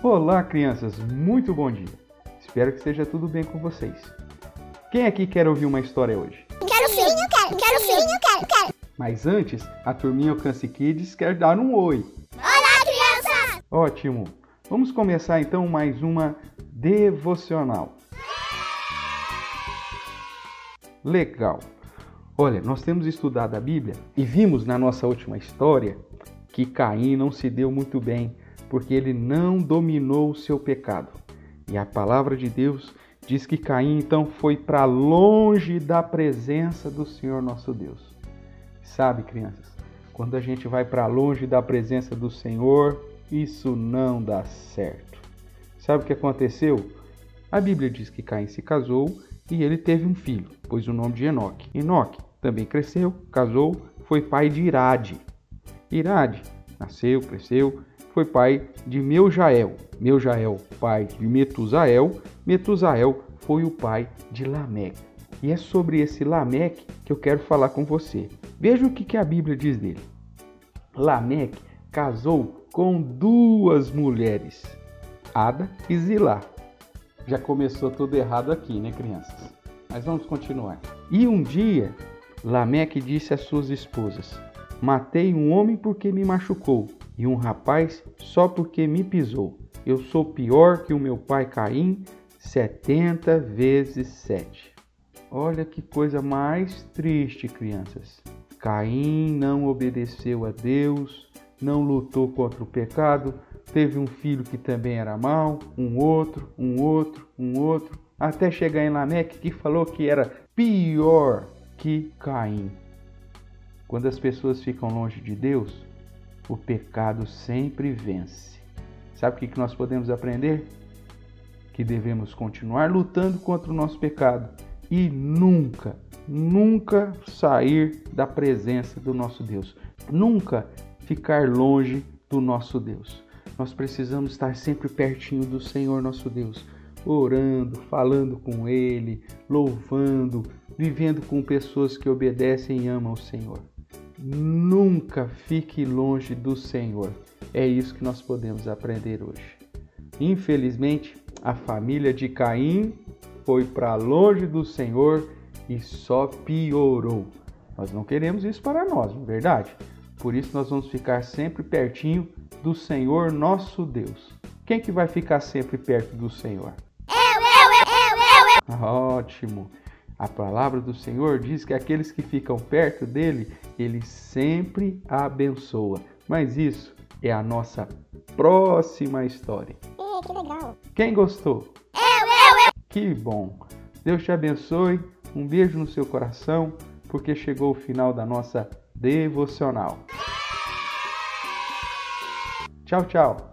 Olá, crianças, muito bom dia. Espero que esteja tudo bem com vocês. Quem aqui quer ouvir uma história hoje? Quero sim, eu quero. Mas antes, a turminha Alcance Kids quer dar um oi. Olá, crianças! Ótimo! Vamos começar então mais uma devocional. Legal! Olha, nós temos estudado a Bíblia e vimos na nossa última história que Caim não se deu muito bem porque ele não dominou o seu pecado. E a palavra de Deus diz que Caim então foi para longe da presença do Senhor nosso Deus. Sabe, crianças, quando a gente vai para longe da presença do Senhor, isso não dá certo. Sabe o que aconteceu? A Bíblia diz que Caim se casou e ele teve um filho, pôs o nome de Enoque. Enoque também cresceu, casou, foi pai de Irade. Irade nasceu, cresceu, foi pai de Meujael. Meujael, pai de Metusael. Metusael foi o pai de Lameque. E é sobre esse Lameque que eu quero falar com você. Veja o que a Bíblia diz dele. Lameque casou com duas mulheres, Ada e Zilá. Já começou tudo errado aqui, né, crianças? Mas vamos continuar. E um dia, Lameque disse às suas esposas: matei um homem porque me machucou, e um rapaz só porque me pisou. Eu sou pior que o meu pai Caim, 70 vezes 7. Olha que coisa mais triste, crianças. Caim não obedeceu a Deus, não lutou contra o pecado, teve um filho que também era mau, um outro, até chegar em Lameque, que falou que era pior que Caim. Quando as pessoas ficam longe de Deus, o pecado sempre vence. Sabe o que nós podemos aprender? Que devemos continuar lutando contra o nosso pecado e nunca sair da presença do nosso Deus. Nunca ficar longe do nosso Deus. Nós precisamos estar sempre pertinho do Senhor nosso Deus, orando, falando com Ele, louvando, vivendo com pessoas que obedecem e amam o Senhor. Nunca fique longe do Senhor. É isso que nós podemos aprender hoje. Infelizmente, a família de Caim foi para longe do Senhor e só piorou. Nós não queremos isso para nós, não é verdade? Por isso nós vamos ficar sempre pertinho do Senhor nosso Deus. Quem que vai ficar sempre perto do Senhor? Eu. Ótimo! A palavra do Senhor diz que aqueles que ficam perto dele, ele sempre abençoa. Mas isso é a nossa próxima história. Que legal! Quem gostou? Eu. Que bom! Deus te abençoe, um beijo no seu coração, porque chegou o final da nossa devocional. Tchau, tchau!